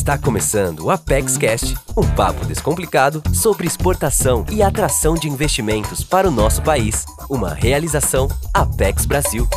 Está começando o ApexCast, um papo descomplicado sobre exportação e atração de investimentos para o nosso país. Uma realização Apex Brasil.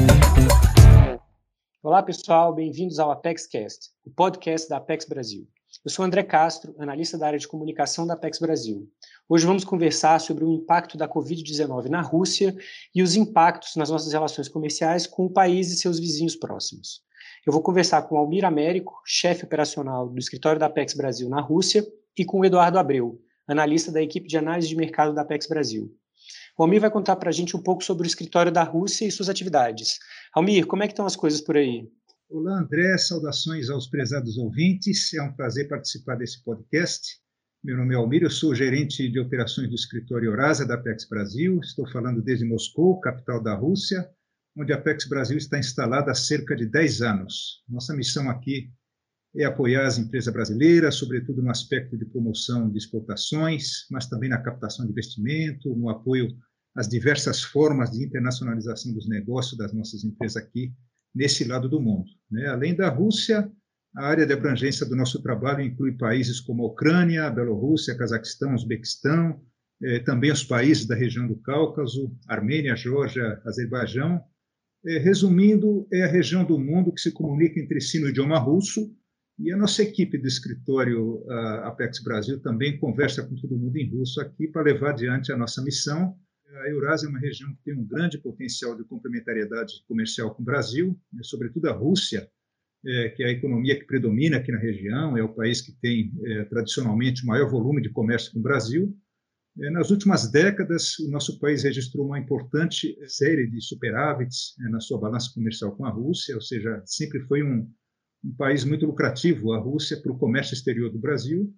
Olá pessoal, bem-vindos ao ApexCast, o podcast da Apex Brasil. Eu sou André Castro, analista da área de comunicação da Apex Brasil. Hoje vamos conversar sobre o impacto da Covid-19 na Rússia e os impactos nas nossas relações comerciais com o país e seus vizinhos próximos. Eu vou conversar com Almir Américo, chefe operacional do escritório da Apex Brasil na Rússia, e com o Eduardo Abreu, analista da equipe de análise de mercado da Apex Brasil. O Almir vai contar para a gente um pouco sobre o escritório da Rússia e suas atividades. Almir, como é que estão as coisas por aí? Olá, André. Saudações aos prezados ouvintes. É um prazer participar desse podcast. Meu nome é Almir, eu sou gerente de operações do escritório Eurasia da Apex Brasil. Estou falando desde Moscou, capital da Rússia, onde a Apex Brasil está instalada há cerca de 10 anos. Nossa missão aqui é apoiar as empresas brasileiras, sobretudo no aspecto de promoção de exportações, mas também na captação de investimento, no apoio às diversas formas de internacionalização dos negócios das nossas empresas aqui nesse lado do mundo. Além da Rússia, a área de abrangência do nosso trabalho inclui países como a Ucrânia, a Bielorrússia, Cazaquistão, Uzbequistão, também os países da região do Cáucaso, Armênia, Geórgia, Azerbaijão. Resumindo, é a região do mundo que se comunica entre si no idioma russo, e a nossa equipe do escritório Apex Brasil também conversa com todo mundo em russo aqui para levar adiante a nossa missão. A Eurasia é uma região que tem um grande potencial de complementariedade comercial com o Brasil, sobretudo a Rússia, que é a economia que predomina aqui na região, é o país que tem tradicionalmente o maior volume de comércio com o Brasil. Nas últimas décadas, o nosso país registrou uma importante série de superávites na sua balança comercial com a Rússia, ou seja, sempre foi um país muito lucrativo, a Rússia, para o comércio exterior do Brasil.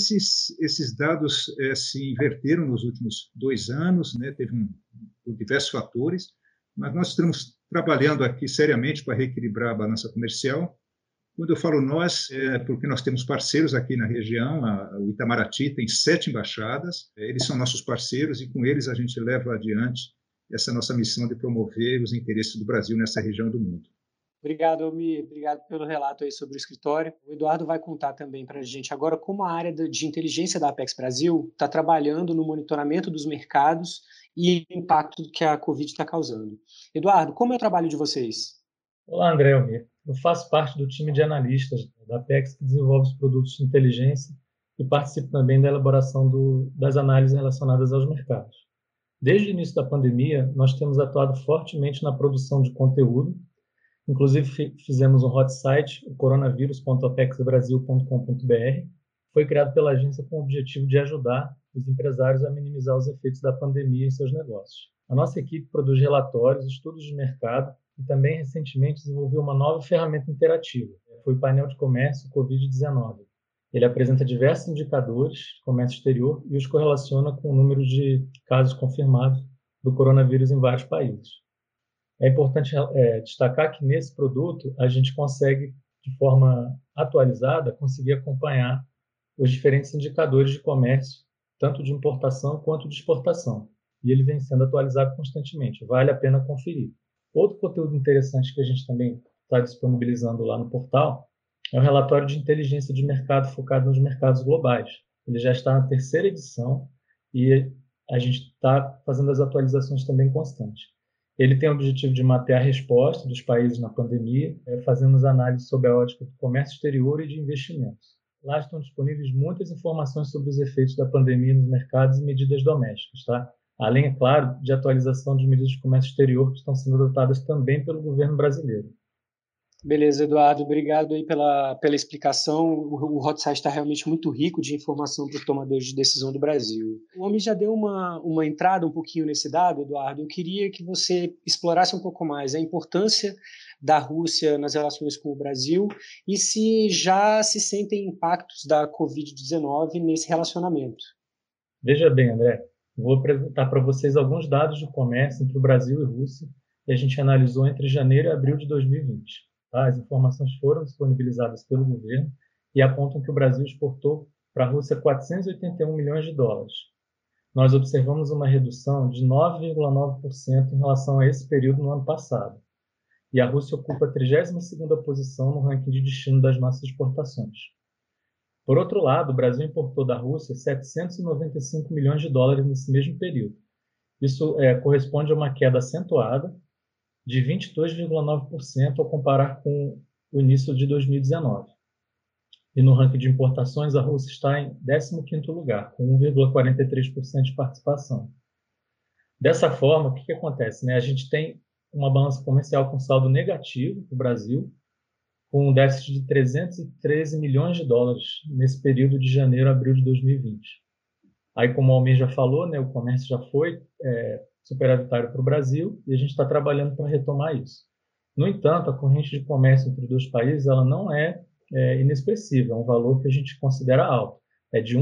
Esses dados se inverteram nos últimos 2 anos, teve por diversos fatores, mas nós estamos trabalhando aqui seriamente para reequilibrar a balança comercial. Quando eu falo nós, é porque nós temos parceiros aqui na região, o Itamaraty tem 7 embaixadas, eles são nossos parceiros e com eles a gente leva adiante essa nossa missão de promover os interesses do Brasil nessa região do mundo. Obrigado, Almir. Obrigado pelo relato aí sobre o escritório. O Eduardo vai contar também para a gente agora como a área de inteligência da Apex Brasil está trabalhando no monitoramento dos mercados e o impacto que a Covid está causando. Eduardo, como é o trabalho de vocês? Olá, André Almir. Eu faço parte do time de analistas da Apex que desenvolve os produtos de inteligência e participo também da elaboração das análises relacionadas aos mercados. Desde o início da pandemia, nós temos atuado fortemente na produção de conteúdo. Inclusive, fizemos um hot site, o coronavírus.apexbrasil.com.br. Foi criado pela agência com o objetivo de ajudar os empresários a minimizar os efeitos da pandemia em seus negócios. A nossa equipe produz relatórios, estudos de mercado e também recentemente desenvolveu uma nova ferramenta interativa. Foi o painel de comércio Covid-19. Ele apresenta diversos indicadores de comércio exterior e os correlaciona com o número de casos confirmados do coronavírus em vários países. É importante destacar que nesse produto a gente consegue, de forma atualizada, conseguir acompanhar os diferentes indicadores de comércio, tanto de importação quanto de exportação. E ele vem sendo atualizado constantemente. Vale a pena conferir. Outro conteúdo interessante que a gente também está disponibilizando lá no portal é o relatório de inteligência de mercado focado nos mercados globais. Ele já está na 3ª edição e a gente está fazendo as atualizações também constantes. Ele tem o objetivo de mapear a resposta dos países na pandemia, fazendo análises sobre a ótica do comércio exterior e de investimentos. Lá estão disponíveis muitas informações sobre os efeitos da pandemia nos mercados e medidas domésticas, tá? Além, é claro, de atualização de medidas de comércio exterior que estão sendo adotadas também pelo governo brasileiro. Beleza, Eduardo. Obrigado aí pela explicação. O hot site está realmente muito rico de informação para os tomadores de decisão do Brasil. O Almir já deu uma entrada um pouquinho nesse dado, Eduardo. Eu queria que você explorasse um pouco mais a importância da Rússia nas relações com o Brasil e se já se sentem impactos da Covid-19 nesse relacionamento. Veja bem, André, vou apresentar para vocês alguns dados de comércio entre o Brasil e a Rússia que a gente analisou entre janeiro e abril de 2020. As informações foram disponibilizadas pelo governo e apontam que o Brasil exportou para a Rússia 481 milhões de dólares. Nós observamos uma redução de 9,9% em relação a esse período no ano passado. E a Rússia ocupa a 32ª posição no ranking de destino das nossas exportações. Por outro lado, o Brasil importou da Rússia 795 milhões de dólares nesse mesmo período. Isso corresponde a uma queda acentuada de 22,9% ao comparar com o início de 2019. E no ranking de importações, a Rússia está em 15º lugar, com 1,43% de participação. Dessa forma, o que acontece? A gente tem uma balança comercial com saldo negativo para o Brasil, com um déficit de 313 milhões de dólares nesse período de janeiro a abril de 2020. Aí, como o Almir já falou, o comércio já foi superavitário para o Brasil e a gente está trabalhando para retomar isso. No entanto, a corrente de comércio entre os dois países ela não é inexpressiva, é um valor que a gente considera alto. É de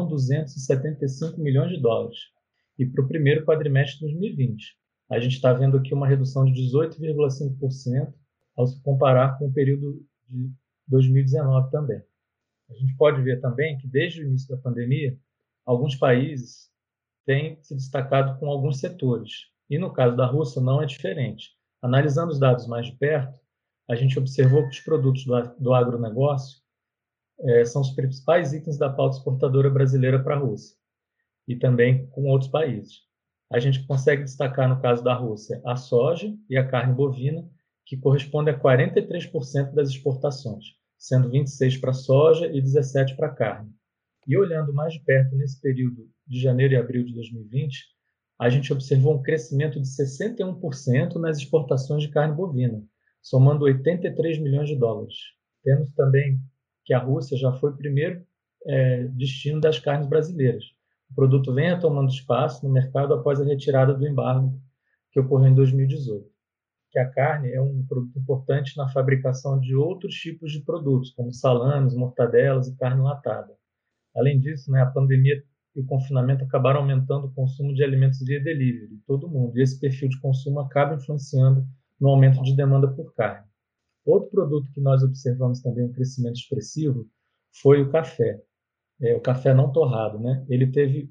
1,275 bilhão de dólares. E para o primeiro quadrimestre de 2020. A gente está vendo aqui uma redução de 18,5% ao se comparar com o período de 2019 também. A gente pode ver também que, desde o início da pandemia, alguns países têm se destacado com alguns setores. E, no caso da Rússia, não é diferente. Analisando os dados mais de perto, a gente observou que os produtos do agronegócio são os principais itens da pauta exportadora brasileira para a Rússia, e também com outros países. A gente consegue destacar, no caso da Rússia, a soja e a carne bovina, que correspondem a 43% das exportações, sendo 26% para a soja e 17% para a carne. E olhando mais de perto nesse período de janeiro e abril de 2020, a gente observou um crescimento de 61% nas exportações de carne bovina, somando 83 milhões de dólares. Temos também que a Rússia já foi o primeiro destino das carnes brasileiras. O produto vem retomando espaço no mercado após a retirada do embargo que ocorreu em 2018. Que a carne é um produto importante na fabricação de outros tipos de produtos, como salames, mortadelas e carne enlatada. Além disso, a pandemia e o confinamento acabaram aumentando o consumo de alimentos via delivery em todo o mundo, e esse perfil de consumo acaba influenciando no aumento de demanda por carne. Outro produto que nós observamos também um crescimento expressivo foi o café. O café não torrado, Ele teve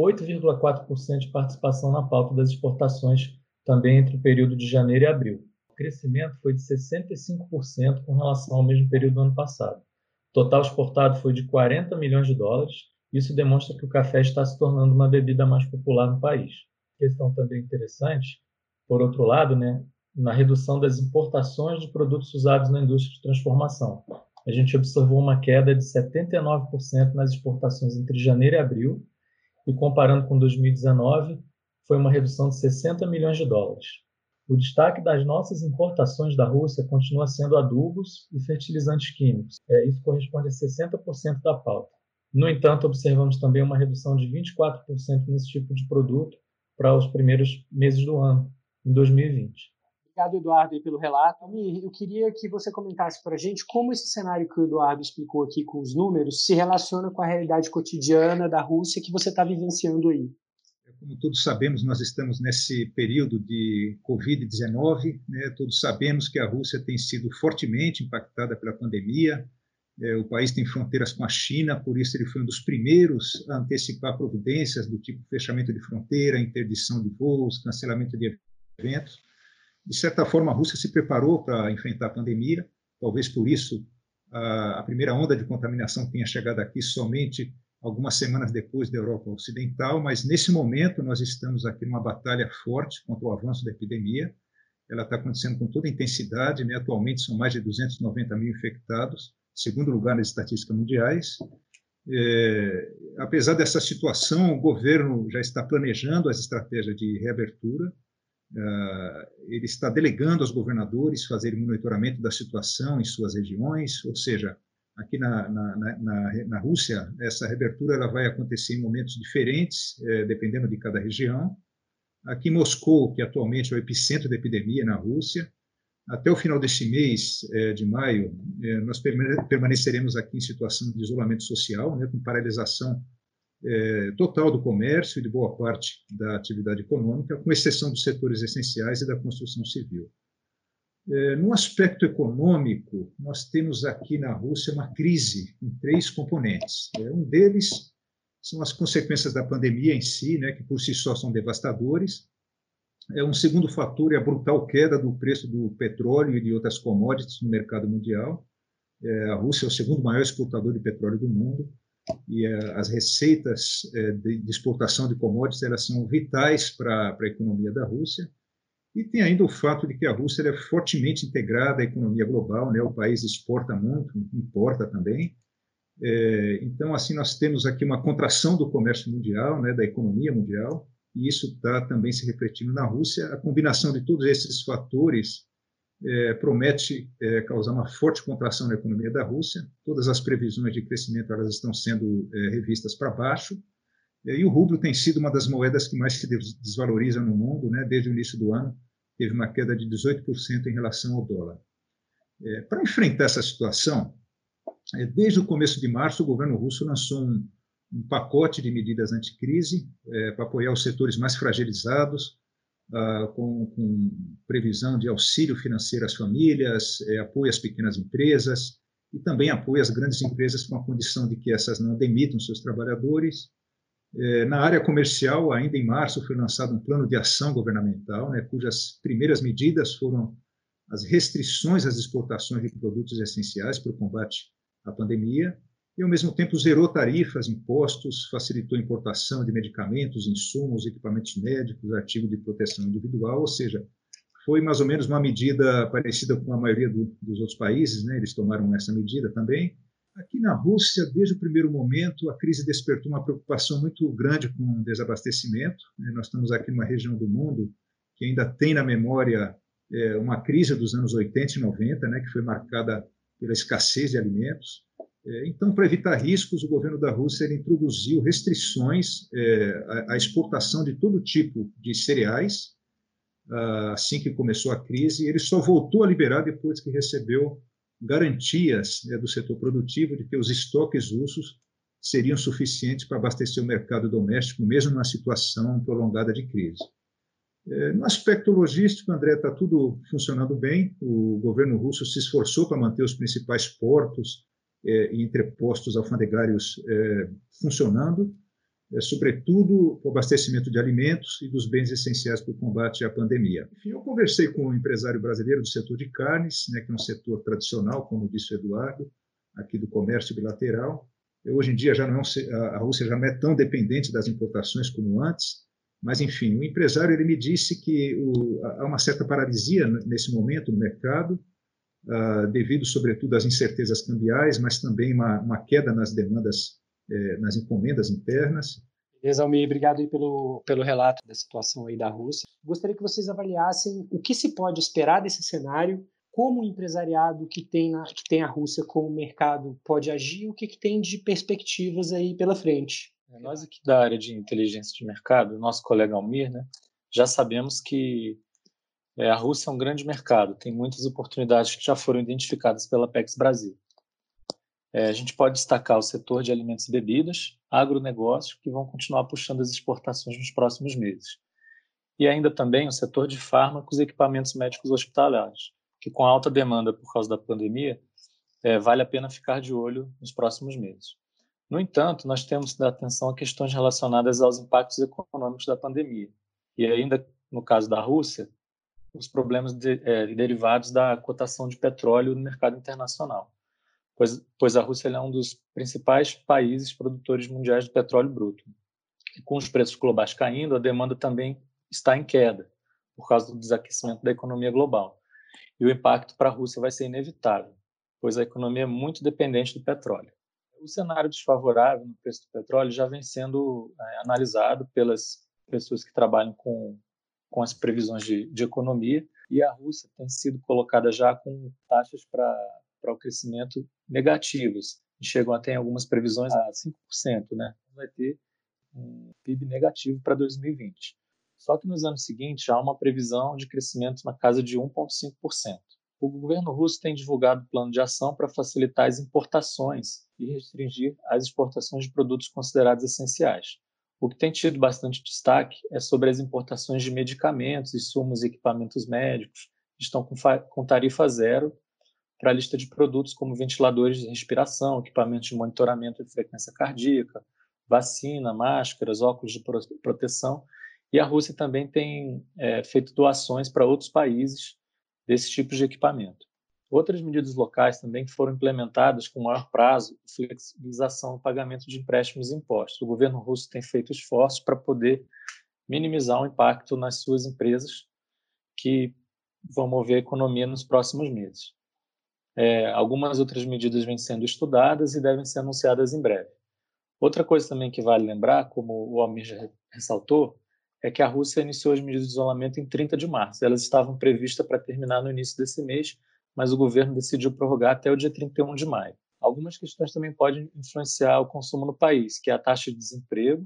8,4% de participação na pauta das exportações também entre o período de janeiro e abril. O crescimento foi de 65% com relação ao mesmo período do ano passado. O total exportado foi de 40 milhões de dólares. Isso demonstra que o café está se tornando uma bebida mais popular no país. Questão também interessante, por outro lado, na redução das importações de produtos usados na indústria de transformação. A gente observou uma queda de 79% nas exportações entre janeiro e abril, e comparando com 2019, foi uma redução de 60 milhões de dólares. O destaque das nossas importações da Rússia continua sendo adubos e fertilizantes químicos. Isso corresponde a 60% da pauta. No entanto, observamos também uma redução de 24% nesse tipo de produto para os primeiros meses do ano, em 2020. Obrigado, Eduardo, pelo relato. Eu queria que você comentasse para a gente como esse cenário que o Eduardo explicou aqui com os números se relaciona com a realidade cotidiana da Rússia que você está vivenciando aí. Como todos sabemos, nós estamos nesse período de Covid-19, Todos sabemos que a Rússia tem sido fortemente impactada pela pandemia. O país tem fronteiras com a China, por isso ele foi um dos primeiros a antecipar providências do tipo fechamento de fronteira, interdição de voos, cancelamento de eventos. De certa forma, a Rússia se preparou para enfrentar a pandemia, talvez por isso a primeira onda de contaminação tenha chegado aqui somente algumas semanas depois da Europa Ocidental, mas nesse momento nós estamos aqui numa batalha forte contra o avanço da epidemia. Ela está acontecendo com toda intensidade, Atualmente são mais de 290 mil infectados, segundo lugar nas estatísticas mundiais. Apesar dessa situação, o governo já está planejando as estratégias de reabertura. Ele está delegando aos governadores fazerem monitoramento da situação em suas regiões, ou seja, aqui na Rússia, essa reabertura ela vai acontecer em momentos diferentes, dependendo de cada região. Aqui em Moscou, que atualmente é o epicentro da epidemia na Rússia, até o final deste mês de maio, nós permaneceremos aqui em situação de isolamento social, com paralisação total do comércio e de boa parte da atividade econômica, com exceção dos setores essenciais e da construção civil. No aspecto econômico, nós temos aqui na Rússia uma crise com 3 componentes. Um deles são as consequências da pandemia em si, que por si só são devastadores. Um segundo fator é a brutal queda do preço do petróleo e de outras commodities no mercado mundial. A Rússia é o segundo maior exportador de petróleo do mundo e as receitas de exportação de commodities elas são vitais para a economia da Rússia. E tem ainda o fato de que a Rússia é fortemente integrada à economia global, né? O país exporta muito, importa também. Então, assim, nós temos aqui uma contração do comércio mundial, né, da economia mundial, e isso está também se refletindo na Rússia. A combinação de todos esses fatores promete causar uma forte contração na economia da Rússia. Todas as previsões de crescimento elas estão sendo revistas para baixo. E o rublo tem sido uma das moedas que mais se desvaloriza no mundo, né? Desde o início do ano, teve uma queda de 18% em relação ao dólar. Para enfrentar essa situação, desde o começo de março, o governo russo lançou um pacote de medidas anticrise para apoiar os setores mais fragilizados, com previsão de auxílio financeiro às famílias, apoio às pequenas empresas e também apoio às grandes empresas com a condição de que essas não demitam seus trabalhadores. Na área comercial, ainda em março, foi lançado um plano de ação governamental, né, cujas primeiras medidas foram as restrições às exportações de produtos essenciais para o combate à pandemia e, ao mesmo tempo, zerou tarifas, impostos, facilitou a importação de medicamentos, insumos, equipamentos médicos, artigos de proteção individual, ou seja, foi mais ou menos uma medida parecida com a maioria dos outros países, né, eles tomaram essa medida também. Aqui na Rússia, desde o primeiro momento, a crise despertou uma preocupação muito grande com o desabastecimento. Nós estamos aqui numa região do mundo que ainda tem na memória uma crise dos anos 80 e 90, né, que foi marcada pela escassez de alimentos. Então, para evitar riscos, o governo da Rússia ele introduziu restrições à exportação de todo tipo de cereais, assim que começou a crise, e ele só voltou a liberar depois que recebeu garantias do setor produtivo de que os estoques russos seriam suficientes para abastecer o mercado doméstico, mesmo numa situação prolongada de crise. No aspecto logístico, André, está tudo funcionando bem. O governo russo se esforçou para manter os principais portos e entrepostos alfandegários funcionando, sobretudo o abastecimento de alimentos e dos bens essenciais para o combate à pandemia. Enfim, eu conversei com um empresário brasileiro do setor de carnes, né, que é um setor tradicional, como disse o Eduardo, aqui do comércio bilateral. Hoje em dia a Rússia já não é tão dependente das importações como antes, mas, enfim, o empresário ele me disse que há uma certa paralisia nesse momento no mercado, devido, sobretudo, às incertezas cambiais, mas também uma queda nas demandas, nas encomendas internas. Beleza, Almir, obrigado aí pelo relato da situação aí da Rússia. Gostaria que vocês avaliassem o que se pode esperar desse cenário, como o empresariado que tem a Rússia como mercado pode agir, o que tem de perspectivas aí pela frente. Nós aqui da área de inteligência de mercado, nosso colega Almir, né, já sabemos que a Rússia é um grande mercado, tem muitas oportunidades que já foram identificadas pela Apex Brasil. A gente pode destacar o setor de alimentos e bebidas, agronegócio, que vão continuar puxando as exportações nos próximos meses. E ainda também o setor de fármacos e equipamentos médicos hospitalares, que com alta demanda por causa da pandemia, vale a pena ficar de olho nos próximos meses. No entanto, nós temos que dar atenção a questões relacionadas aos impactos econômicos da pandemia. E ainda, no caso da Rússia, os problemas derivados da cotação de petróleo no mercado internacional, pois a Rússia é um dos principais países produtores mundiais de petróleo bruto. E com os preços globais caindo, a demanda também está em queda, por causa do desaquecimento da economia global. E o impacto para a Rússia vai ser inevitável, pois a economia é muito dependente do petróleo. O cenário desfavorável no preço do petróleo já vem sendo analisado pelas pessoas que trabalham com as previsões de economia, e a Rússia tem sido colocada já com taxas para o crescimento negativas. Chegam até em algumas previsões a 5%, né? Vai ter um PIB negativo para 2020. Só que nos anos seguintes há uma previsão de crescimento na casa de 1,5%. O governo russo tem divulgado plano de ação para facilitar as importações e restringir as exportações de produtos considerados essenciais. O que tem tido bastante destaque é sobre as importações de medicamentos, insumos e equipamentos médicos, que estão com tarifa zero para a lista de produtos como ventiladores de respiração, equipamentos de monitoramento de frequência cardíaca, vacina, máscaras, óculos de proteção. E a Rússia também tem feito doações para outros países desses tipos de equipamento. Outras medidas locais também que foram implementadas com maior prazo e flexibilização no pagamento de empréstimos e impostos. O governo russo tem feito esforços para poder minimizar o impacto nas suas empresas que vão mover a economia nos próximos meses. Algumas outras medidas vêm sendo estudadas e devem ser anunciadas em breve. Outra coisa também que vale lembrar, como o Almir já ressaltou, é que a Rússia iniciou as medidas de isolamento em 30 de março. Elas estavam previstas para terminar no início desse mês, mas o governo decidiu prorrogar até o dia 31 de maio. Algumas questões também podem influenciar o consumo no país, que é a taxa de desemprego,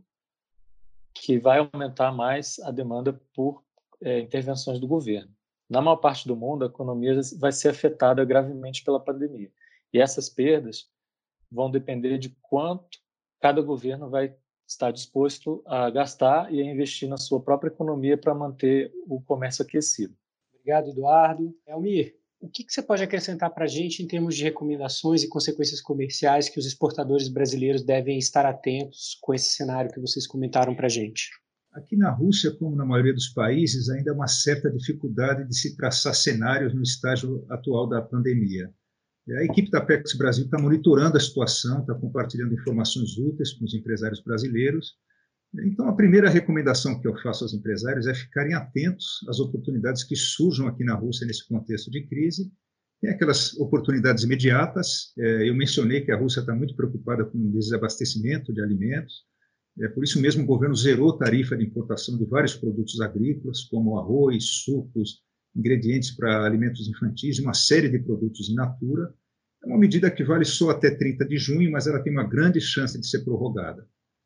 que vai aumentar mais a demanda por intervenções do governo. Na maior parte do mundo, a economia vai ser afetada gravemente pela pandemia. E essas perdas vão depender de quanto cada governo vai estar disposto a gastar e a investir na sua própria economia para manter o comércio aquecido. Obrigado, Eduardo. Almir, o que você pode acrescentar para a gente em termos de recomendações e consequências comerciais que os exportadores brasileiros devem estar atentos com esse cenário que vocês comentaram para a gente? Aqui na Rússia, como na maioria dos países, ainda há uma certa dificuldade de se traçar cenários no estágio atual da pandemia. A equipe da Apex Brasil está monitorando a situação, está compartilhando informações úteis com os empresários brasileiros. Então, a primeira recomendação que eu faço aos empresários é ficarem atentos às oportunidades que surjam aqui na Rússia nesse contexto de crise. Tem aquelas oportunidades imediatas. Eu mencionei que a Rússia está muito preocupada com o desabastecimento de alimentos. Por isso mesmo, o governo zerou a tarifa de importação de vários produtos agrícolas, como arroz, sucos, ingredientes para alimentos infantis e uma série de produtos in natura. É uma medida que vale só até 30 de junho, mas ela tem uma grande chance de ser prorrogada.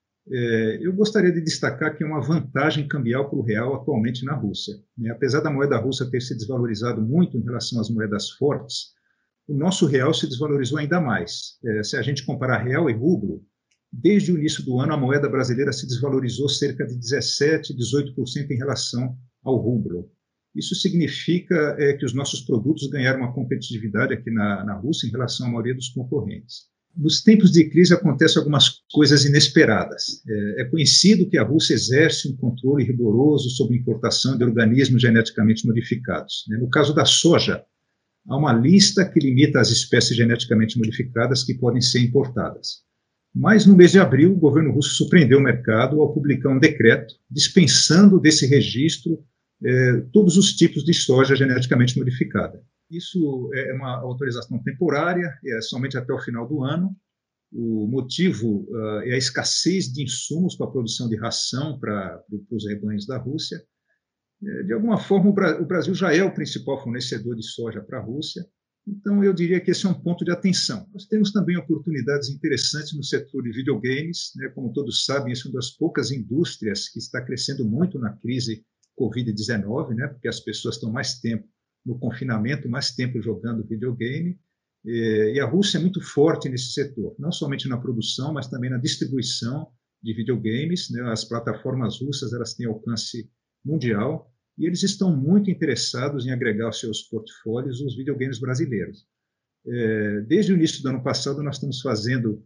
Eu gostaria de destacar que é uma vantagem cambial para o real atualmente na Rússia. Apesar da moeda russa ter se desvalorizado muito em relação às moedas fortes, o nosso real se desvalorizou ainda mais. Se a gente comparar real e rublo, desde o início do ano, a moeda brasileira se desvalorizou cerca de 17%, 18% em relação ao rublo. Isso significa que os nossos produtos ganharam uma competitividade aqui na Rússia em relação à maioria dos concorrentes. Nos tempos de crise acontecem algumas coisas inesperadas. É conhecido que a Rússia exerce um controle rigoroso sobre a importação de organismos geneticamente modificados. No caso da soja, há uma lista que limita as espécies geneticamente modificadas que podem ser importadas. Mas, no mês de abril, o governo russo surpreendeu o mercado ao publicar um decreto dispensando desse registro todos os tipos de soja geneticamente modificada. Isso é uma autorização temporária, é somente até o final do ano. O motivo é a escassez de insumos para a produção de ração para os rebanhos da Rússia. De alguma forma, o Brasil já é o principal fornecedor de soja para a Rússia. Então, eu diria que esse é um ponto de atenção. Nós temos também oportunidades interessantes no setor de videogames. Como todos sabem, essa é uma das poucas indústrias que está crescendo muito na crise Covid-19, porque as pessoas estão mais tempo no confinamento, mais tempo jogando videogame. E a Rússia é muito forte nesse setor, não somente na produção, mas também na distribuição de videogames. As plataformas russas elas têm alcance mundial. E eles estão muito interessados em agregar aos seus portfólios os videogames brasileiros. Desde o início do ano passado, nós estamos fazendo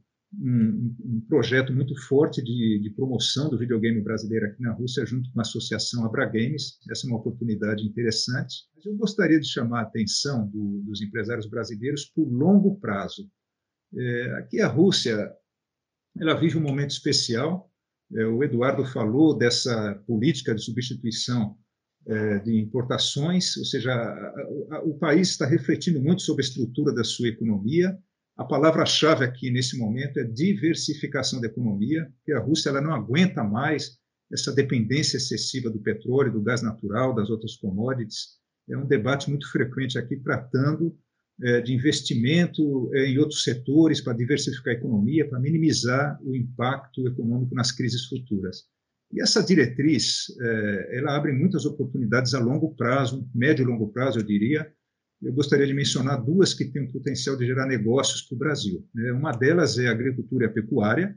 um projeto muito forte de promoção do videogame brasileiro aqui na Rússia, junto com a associação Abragames. Essa é uma oportunidade interessante. Mas eu gostaria de chamar a atenção dos empresários brasileiros por longo prazo. Aqui a Rússia ela vive um momento especial. O Eduardo falou dessa política de substituição de importações, ou seja, o país está refletindo muito sobre a estrutura da sua economia. A palavra-chave aqui nesse momento é diversificação da economia, porque a Rússia ela não aguenta mais essa dependência excessiva do petróleo, do gás natural, das outras commodities. É um debate muito frequente aqui tratando de investimento em outros setores para diversificar a economia, para minimizar o impacto econômico nas crises futuras. E essa diretriz, ela abre muitas oportunidades a longo prazo, médio e longo prazo, eu diria. Eu gostaria de mencionar duas que têm o potencial de gerar negócios para o Brasil. Uma delas é a agricultura e a pecuária.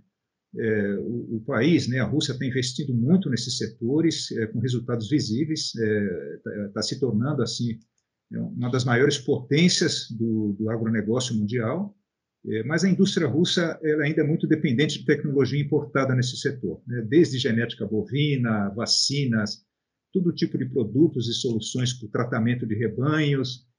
O país, a Rússia, está investindo muito nesses setores, com resultados visíveis, está se tornando, assim, uma das maiores potências do agronegócio mundial. Mas a indústria russa ela ainda é muito dependente de tecnologia importada nesse setor, desde genética bovina, vacinas, todo tipo de produtos e soluções para o tratamento de rebanhos,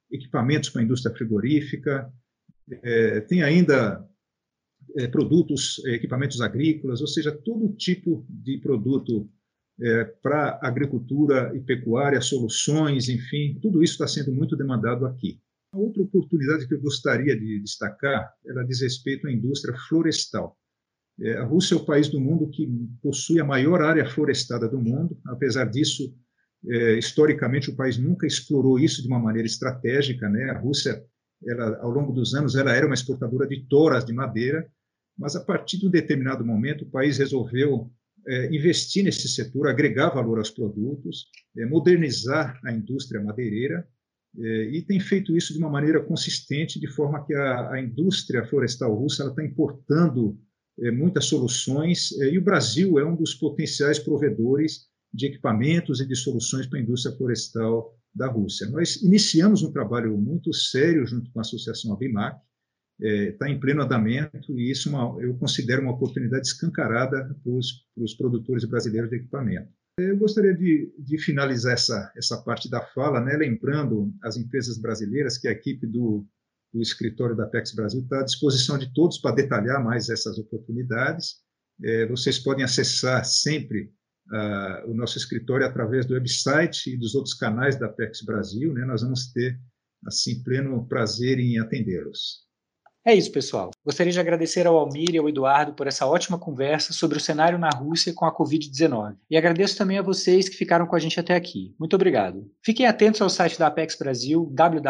equipamentos para a indústria frigorífica, tem ainda produtos, equipamentos agrícolas, ou seja, todo tipo de produto para agricultura e pecuária, soluções, enfim, tudo isso está sendo muito demandado aqui. A outra oportunidade que eu gostaria de destacar, ela diz respeito à indústria florestal. A Rússia é o país do mundo que possui a maior área florestada do mundo. Apesar disso, historicamente, o país nunca explorou isso de uma maneira estratégica, né? A Rússia, ao longo dos anos, ela era uma exportadora de toras de madeira, mas a partir de um determinado momento, o país resolveu investir nesse setor, agregar valor aos produtos, modernizar a indústria madeireira, e tem feito isso de uma maneira consistente, de forma que a indústria florestal russa está importando muitas soluções, e o Brasil é um dos potenciais provedores de equipamentos e de soluções para a indústria florestal da Rússia. Nós iniciamos um trabalho muito sério junto com a Associação Abimac, está em pleno andamento, e isso eu considero uma oportunidade escancarada para os produtores brasileiros de equipamento. Eu gostaria de finalizar essa parte da fala, né, lembrando as empresas brasileiras que a equipe do escritório da Apex Brasil está à disposição de todos para detalhar mais essas oportunidades. Vocês podem acessar sempre o nosso escritório através do website e dos outros canais da Apex Brasil, né? Nós vamos ter assim pleno prazer em atendê-los. É isso, pessoal. Gostaria de agradecer ao Almir e ao Eduardo por essa ótima conversa sobre o cenário na Rússia com a Covid-19. E agradeço também a vocês que ficaram com a gente até aqui. Muito obrigado. Fiquem atentos ao site da Apex Brasil,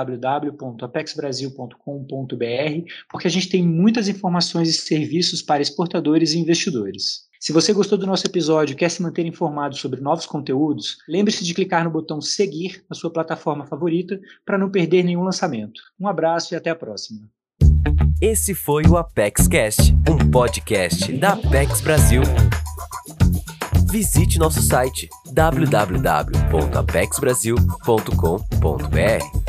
www.apexbrasil.com.br, porque a gente tem muitas informações e serviços para exportadores e investidores. Se você gostou do nosso episódio e quer se manter informado sobre novos conteúdos, lembre-se de clicar no botão seguir na sua plataforma favorita para não perder nenhum lançamento. Um abraço e até a próxima. Esse foi o ApexCast, um podcast da Apex Brasil. Visite nosso site www.apexbrasil.com.br.